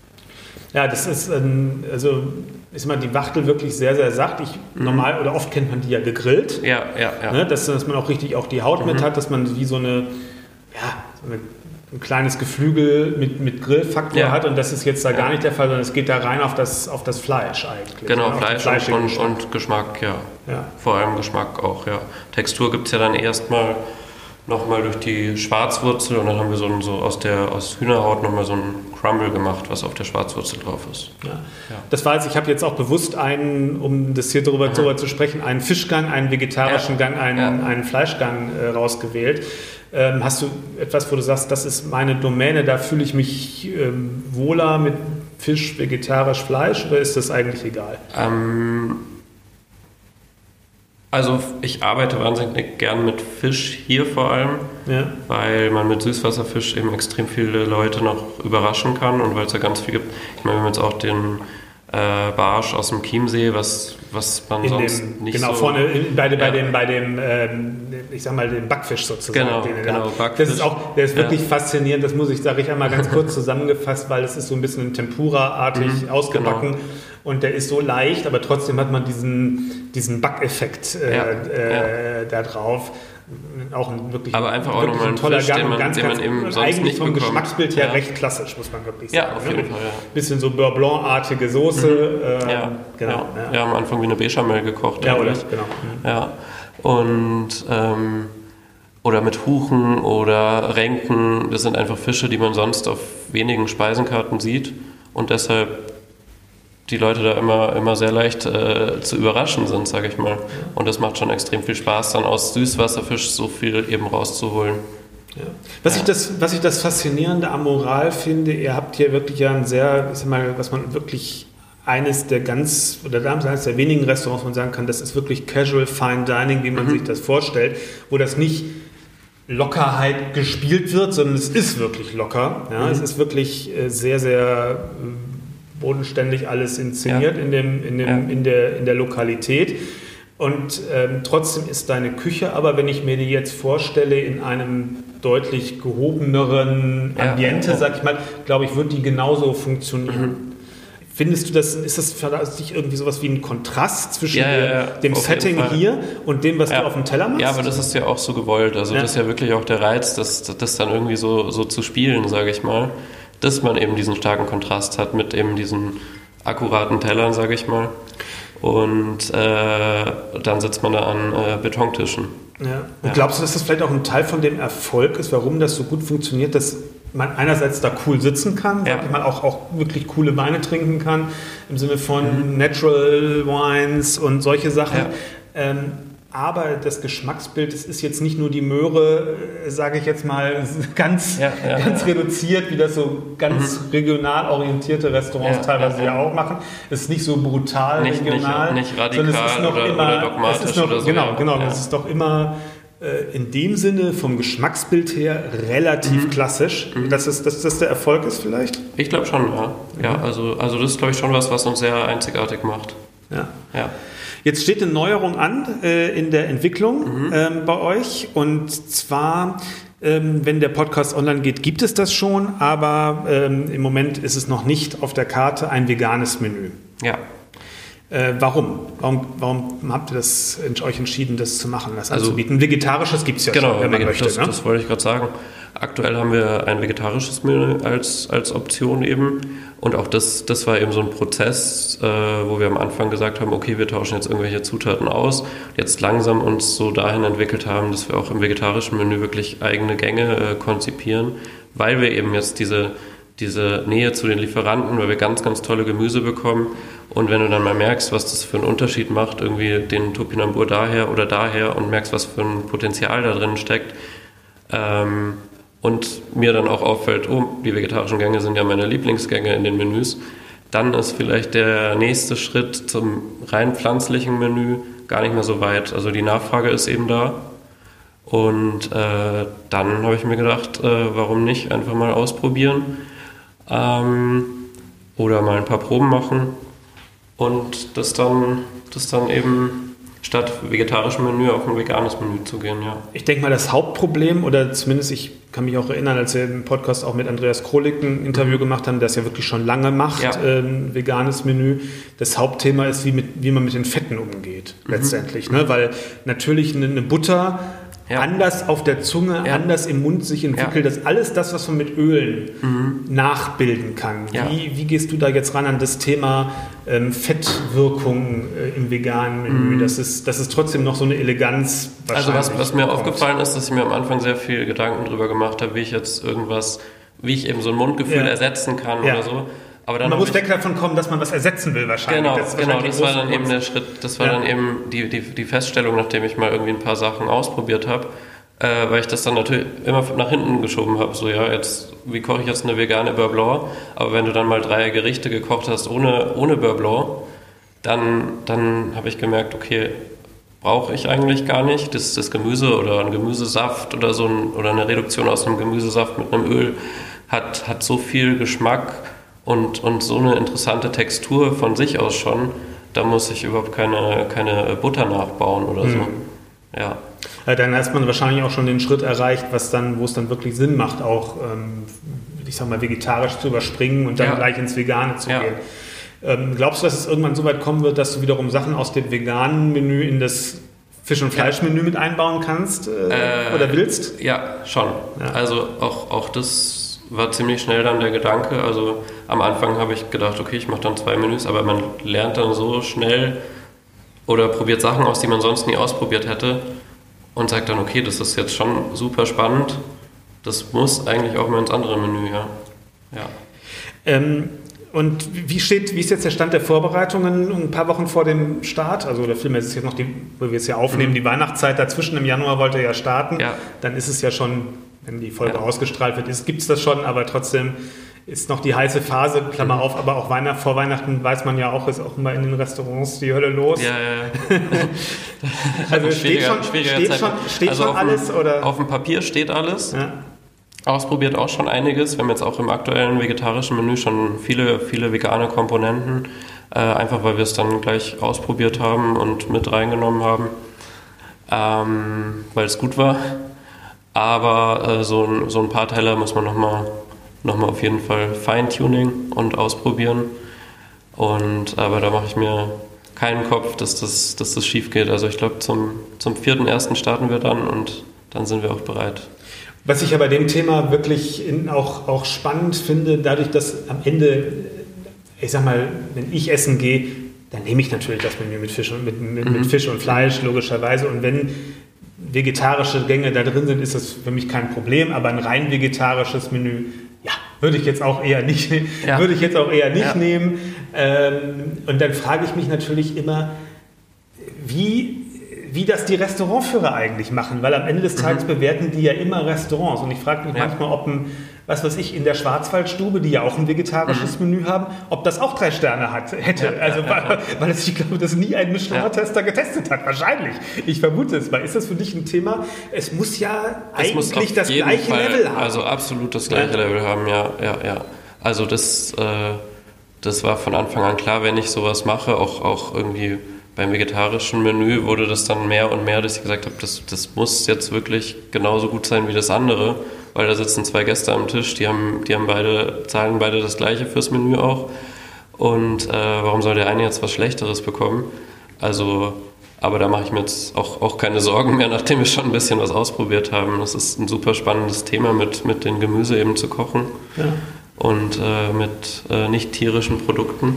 Ja, das ist, ähm, also ist mal die Wachtel wirklich sehr, sehr sacht. Ich, mhm. Normal oder oft kennt man die ja gegrillt. Ja, ja, ja. Ne, dass, dass man auch richtig auch die Haut mhm. mit hat, dass man wie so eine, ja, so eine, ein kleines Geflügel mit, mit Grillfaktor ja. hat. Und das ist jetzt da ja. gar nicht der Fall, sondern es geht da rein auf das, auf das Fleisch eigentlich. Genau, ne? Fleisch und, Geschmack. und Geschmack, ja. ja. Vor allem Geschmack auch, ja. Textur gibt es ja dann erstmal nochmal durch die Schwarzwurzel und dann haben wir so, ein, so aus der aus Hühnerhaut nochmal so ein Crumble gemacht, was auf der Schwarzwurzel drauf ist. Ja. Ja. Das war jetzt, ich habe jetzt auch bewusst einen, um das hier darüber, mhm. darüber zu sprechen, einen Fischgang, einen vegetarischen ja. Gang, einen, ja. einen Fleischgang äh, rausgewählt. Ähm, hast du etwas, wo du sagst, das ist meine Domäne, da fühle ich mich ähm, wohler mit Fisch, vegetarisch, Fleisch oder ist das eigentlich egal? Ähm Also ich arbeite wahnsinnig gern mit Fisch hier vor allem, ja. weil man mit Süßwasserfisch eben extrem viele Leute noch überraschen kann und weil es ja ganz viel gibt. Ich meine, wir haben jetzt auch den äh, Barsch aus dem Chiemsee, was, was man in sonst dem, nicht genau, so... Genau, vorne in, bei, ja. bei dem, bei dem ähm, ich sag mal, dem Backfisch sozusagen. Genau, den genau Backfisch. Das ist auch, der ist wirklich ja. faszinierend, das muss ich, sage ich einmal ganz kurz zusammengefasst, weil es ist so ein bisschen Tempura-artig mhm, ausgebacken. Genau. Und der ist so leicht, aber trotzdem hat man diesen, diesen Backeffekt äh, ja, äh, ja. da drauf. Auch ein wirklich, aber einfach auch nochmal ein toller Fisch, Gang den man, ganz, den man ganz, eben sonst eigentlich nicht vom bekommt. Geschmacksbild her ja. recht klassisch, muss man wirklich sagen. Ja, auf jeden ne? Fall, ja. Bisschen so Beurre Blanc-artige Soße. Mhm. Äh, ja. Genau, ja. Ja. ja, am Anfang wie eine Bechamel gekocht. Ja, oder? Genau. Mhm. Ja. Und ähm, oder mit Huchen oder Renken, das sind einfach Fische, die man sonst auf wenigen Speisenkarten sieht und deshalb die Leute da immer, immer sehr leicht äh, zu überraschen sind, sage ich mal. Und das macht schon extrem viel Spaß, dann aus Süßwasserfisch so viel eben rauszuholen. Ja. Was, ja. Ich das, was ich das Faszinierende am Moral finde, ihr habt hier wirklich ja ein sehr, ich sag mal, was man wirklich eines der ganz, oder eines der wenigen Restaurants, wo man sagen kann, das ist wirklich Casual Fine Dining, wie man mhm. sich das vorstellt, wo das nicht Lockerheit gespielt wird, sondern es ist wirklich locker. Ja? Mhm. Es ist wirklich sehr, sehr bodenständig alles inszeniert ja. in, dem, in, dem, ja. in, der, in der Lokalität. Und ähm, trotzdem ist deine Küche, aber wenn ich mir die jetzt vorstelle, in einem deutlich gehobeneren Ambiente, ja. sag ich mal, glaube ich, wird die genauso funktionieren. Mhm. Findest du das, ist das für dich irgendwie sowas wie ein Kontrast zwischen ja, ja, ja, dem Setting hier und dem, was ja. du auf dem Teller machst? Ja, aber das ist ja auch so gewollt. Also ja. das ist ja wirklich auch der Reiz, das, das dann irgendwie so, so zu spielen, sage ich mal. Dass man eben diesen starken Kontrast hat mit eben diesen akkuraten Tellern, sage ich mal. Und äh, dann sitzt man da an äh, Betontischen. Ja. Und ja. glaubst du, dass das vielleicht auch ein Teil von dem Erfolg ist, warum das so gut funktioniert, dass man einerseits da cool sitzen kann, ja. man auch, auch wirklich coole Weine trinken kann, im Sinne von mhm. Natural Wines und solche Sachen. Ja. Ähm, aber das Geschmacksbild, es ist jetzt nicht nur die Möhre, sage ich jetzt mal, ganz, ja, ja, ganz ja. reduziert, wie das so ganz mhm. regional orientierte Restaurants ja, teilweise ja, ja. ja auch machen. Es ist nicht so brutal nicht, regional. Nicht, nicht radikal es ist noch oder, immer, oder dogmatisch es ist noch, oder so. Genau, genau. Ja. Es ist doch immer äh, in dem Sinne vom Geschmacksbild her relativ mhm. klassisch. Mhm. Dass, es, dass das der Erfolg ist vielleicht? Ich glaube schon, ja. ja mhm. also, also das ist, glaube ich, schon was, was uns sehr einzigartig macht. Ja. ja. Jetzt steht eine Neuerung an äh, in der Entwicklung mhm. ähm, bei euch, und zwar, ähm, wenn der Podcast online geht, gibt es das schon, aber ähm, im Moment ist es noch nicht auf der Karte, ein veganes Menü. Ja. Äh, warum? warum? Warum habt ihr das, euch entschieden, das zu machen, das also, anzubieten? Vegetarisches gibt es ja genau, schon, wenn man das, möchte. Das, ne? das wollte ich gerade sagen. Aktuell haben wir ein vegetarisches Menü als, als Option eben. Und auch das, das war eben so ein Prozess, äh, wo wir am Anfang gesagt haben, okay, wir tauschen jetzt irgendwelche Zutaten aus. Jetzt langsam uns so dahin entwickelt haben, dass wir auch im vegetarischen Menü wirklich eigene Gänge äh, konzipieren, weil wir eben jetzt diese, diese Nähe zu den Lieferanten, weil wir ganz, ganz tolle Gemüse bekommen. Und wenn du dann mal merkst, was das für einen Unterschied macht, irgendwie den Topinambur daher oder daher, und merkst, was für ein Potenzial da drin steckt, ähm, und mir dann auch auffällt, oh, die vegetarischen Gänge sind ja meine Lieblingsgänge in den Menüs, dann ist vielleicht der nächste Schritt zum rein pflanzlichen Menü gar nicht mehr so weit. Also die Nachfrage ist eben da. Und äh, dann habe ich mir gedacht, äh, warum nicht einfach mal ausprobieren ähm, oder mal ein paar Proben machen und das dann, das dann eben statt vegetarischem Menü auf ein veganes Menü zu gehen, ja. Ich denke mal, das Hauptproblem, oder zumindest ich kann mich auch erinnern, als wir im Podcast auch mit Andreas Krolik ein Interview gemacht haben, der es ja wirklich schon lange macht, ja. äh, ein veganes Menü. Das Hauptthema ist, wie, mit, wie man mit den Fetten umgeht, mhm. letztendlich. Ne? Weil natürlich eine, eine Butter ja. anders auf der Zunge, ja. anders im Mund sich entwickelt. Ja. Das alles das, was man mit Ölen mhm. nachbilden kann. Ja. Wie, wie gehst du da jetzt ran an das Thema ähm, Fettwirkung äh, im veganen Menü? Mhm. Das ist, das ist trotzdem noch so eine Eleganz wahrscheinlich. Also was, was mir aufgefallen ist, dass ich mir am Anfang sehr viel Gedanken darüber gemacht habe, wie ich jetzt irgendwas, wie ich eben so ein Mundgefühl ja. ersetzen kann ja. oder so. Aber dann man muss weg davon kommen, dass man was ersetzen will wahrscheinlich. Genau, das, genau, das war dann eben der Schritt, das war ja. dann eben die, die, die Feststellung, nachdem ich mal irgendwie ein paar Sachen ausprobiert habe, äh, weil ich das dann natürlich immer nach hinten geschoben habe, so ja, jetzt, wie koche ich jetzt eine vegane Beurre Blanc? Aber wenn du dann mal drei Gerichte gekocht hast ohne, ohne Beurre Blanc, dann, dann habe ich gemerkt, okay, brauche ich eigentlich gar nicht. Das, das Gemüse oder ein Gemüsesaft oder so ein, oder eine Reduktion aus einem Gemüsesaft mit einem Öl hat, hat so viel Geschmack und, und so eine interessante Textur von sich aus schon, da muss ich überhaupt keine, keine Butter nachbauen oder so. Hm. Ja. Ja, dann hat man wahrscheinlich auch schon den Schritt erreicht, was dann, wo es dann wirklich Sinn macht, auch ähm, ich sag mal vegetarisch zu überspringen und dann ja. gleich ins Vegane zu ja. gehen. Ähm, glaubst du, dass es irgendwann so weit kommen wird, dass du wiederum Sachen aus dem veganen Menü in das Fisch- und Fleischmenü mit einbauen kannst äh, äh, oder willst? Ja, schon. Ja. Also auch, auch das war ziemlich schnell dann der Gedanke. Also am Anfang habe ich gedacht, okay, ich mache dann zwei Menüs, aber man lernt dann so schnell oder probiert Sachen aus, die man sonst nie ausprobiert hätte und sagt dann, okay, das ist jetzt schon super spannend. Das muss eigentlich auch mal ins andere Menü, ja. ja. Ähm, Und wie steht, wie ist jetzt der Stand der Vorbereitungen ein paar Wochen vor dem Start? Also der Film ist jetzt noch die, wo wir es ja aufnehmen, mhm. die Weihnachtszeit dazwischen. Im Januar wollte er ja starten. Ja. Dann ist es ja schon, wenn die Folge ja. ausgestrahlt wird, gibt es das schon, aber trotzdem ist noch die heiße Phase, Klammer mhm. auf, aber auch Weihnacht, vor Weihnachten weiß man ja auch, ist auch immer in den Restaurants die Hölle los. Ja, ja, ja. Also steht schon, steht schon, steht also schon alles? Dem, oder? Auf dem Papier steht alles. Ja. Ausprobiert auch schon einiges. Wir haben jetzt auch im aktuellen vegetarischen Menü schon viele, viele vegane Komponenten, äh, einfach weil wir es dann gleich ausprobiert haben und mit reingenommen haben, ähm, weil es gut war. Aber äh, so, ein, so ein paar Teller muss man nochmal noch mal auf jeden Fall Feintuning und ausprobieren. Und, aber da mache ich mir keinen Kopf, dass das, dass das schief geht. Also ich glaube, zum, zum vierten ersten starten wir dann und dann sind wir auch bereit. Was ich aber dem Thema wirklich in, auch, auch spannend finde, dadurch, dass am Ende, ich sag mal, wenn ich essen gehe, dann nehme ich natürlich das Menü mit Fisch und, mit, mit, mhm. mit Fisch und Fleisch, logischerweise. Und wenn vegetarische Gänge da drin sind, ist das für mich kein Problem. Aber ein rein vegetarisches Menü, ja, würde ich jetzt auch eher nicht, ja. würde ich jetzt auch eher nicht ja. nehmen. Ähm, und dann frage ich mich natürlich immer, wie... wie das die Restaurantführer eigentlich machen, weil am Ende des Tages mhm. bewerten die ja immer Restaurants. Und ich frage mich ja. manchmal, ob ein, was weiß ich, in der Schwarzwaldstube, die ja auch ein vegetarisches mhm. Menü haben, ob das auch drei Sterne hat, hätte. Ja, also, ja, weil, ja. weil es, ich glaube, das nie ein Michelin-Tester ja. getestet hat. Wahrscheinlich. Ich vermute es. Weil ist das für dich ein Thema? Es muss ja es eigentlich muss das gleiche Fall, Level haben. Also absolut das gleiche ja. Level haben, ja. ja, ja. Also das, äh, das war von Anfang an klar, wenn ich sowas mache, auch, auch irgendwie... Beim vegetarischen Menü wurde das dann mehr und mehr, dass ich gesagt habe, das, das muss jetzt wirklich genauso gut sein wie das andere, weil da sitzen zwei Gäste am Tisch, die haben, die haben beide, zahlen beide das Gleiche fürs Menü auch. Und äh, warum soll der eine jetzt was Schlechteres bekommen? Also, aber da mache ich mir jetzt auch, auch keine Sorgen mehr, nachdem wir schon ein bisschen was ausprobiert haben. Das ist ein super spannendes Thema, mit, mit den Gemüse eben zu kochen ja. und äh, mit äh, nicht tierischen Produkten.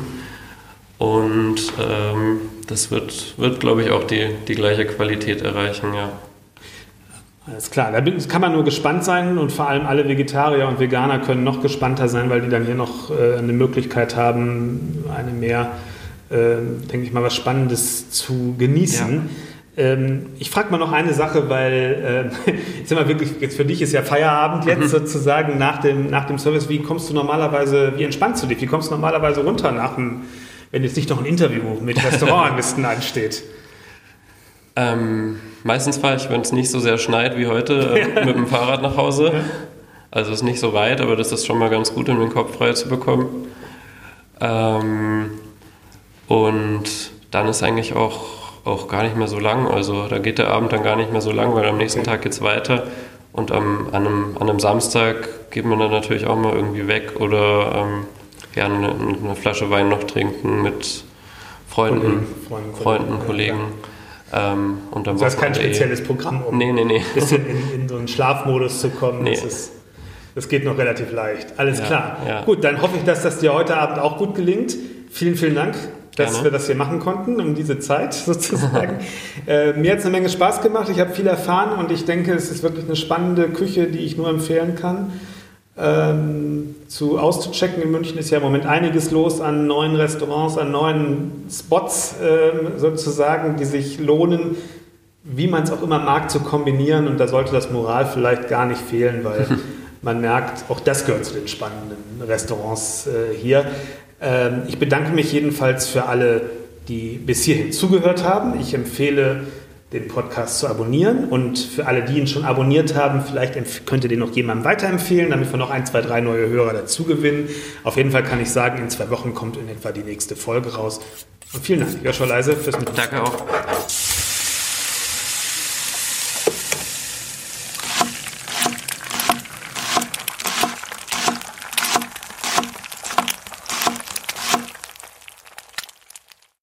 Und ähm, das wird, wird glaube ich, auch die, die gleiche Qualität erreichen, ja. Alles klar, da kann man nur gespannt sein und vor allem alle Vegetarier und Veganer können noch gespannter sein, weil die dann hier noch äh, eine Möglichkeit haben, eine mehr, äh, denke ich mal, was Spannendes zu genießen. Ja. Ähm, ich frage mal noch eine Sache, weil äh, jetzt sind wir wirklich, jetzt für dich ist ja Feierabend jetzt mhm. sozusagen nach dem, nach dem Service. Wie kommst du normalerweise, wie entspannst du dich? Wie kommst du normalerweise runter nach dem, wenn jetzt nicht noch ein Interview mit Restaurantlisten ansteht? Ähm, meistens fahre ich, wenn es nicht so sehr schneit wie heute, äh, mit dem Fahrrad nach Hause. Also es ist nicht so weit, aber das ist schon mal ganz gut, um den Kopf frei zu bekommen. Ähm, und dann ist eigentlich auch, auch gar nicht mehr so lang. Also da geht der Abend dann gar nicht mehr so lang, weil am nächsten okay. Tag geht es weiter. Und am, an, einem, an einem Samstag geht man dann natürlich auch mal irgendwie weg oder ähm, gerne eine, eine Flasche Wein noch trinken mit Freunden, Freunden, Freunden, Freunden Kollegen. Ja. Ähm, und dann das ist kein spezielles Programm, um nee, nee, nee. ein bisschen in, in so einen Schlafmodus zu kommen. Nee. Das, ist, das geht noch relativ leicht. Alles ja, klar. Ja. Gut, dann hoffe ich, dass das dir heute Abend auch gut gelingt. Vielen, vielen Dank, dass Gerne. wir das hier machen konnten, um diese Zeit sozusagen. äh, mir hat es eine Menge Spaß gemacht. Ich habe viel erfahren und ich denke, es ist wirklich eine spannende Küche, die ich nur empfehlen kann. Ähm, zu auszuchecken. In München ist ja im Moment einiges los an neuen Restaurants, an neuen Spots ähm, sozusagen, die sich lohnen, wie man es auch immer mag, zu kombinieren. Und da sollte das Moral vielleicht gar nicht fehlen, weil man merkt, auch das gehört zu den spannenden Restaurants äh, hier. Ähm, ich bedanke mich jedenfalls für alle, die bis hierhin zugehört haben. Ich empfehle, den Podcast zu abonnieren und für alle, die ihn schon abonniert haben, vielleicht könnt ihr den noch jemandem weiterempfehlen, damit wir noch ein, zwei, drei neue Hörer dazu gewinnen. Auf jeden Fall kann ich sagen, in zwei Wochen kommt in etwa die nächste Folge raus. Und vielen Dank, Joshua Leise, fürs Mitmachen. Danke auch.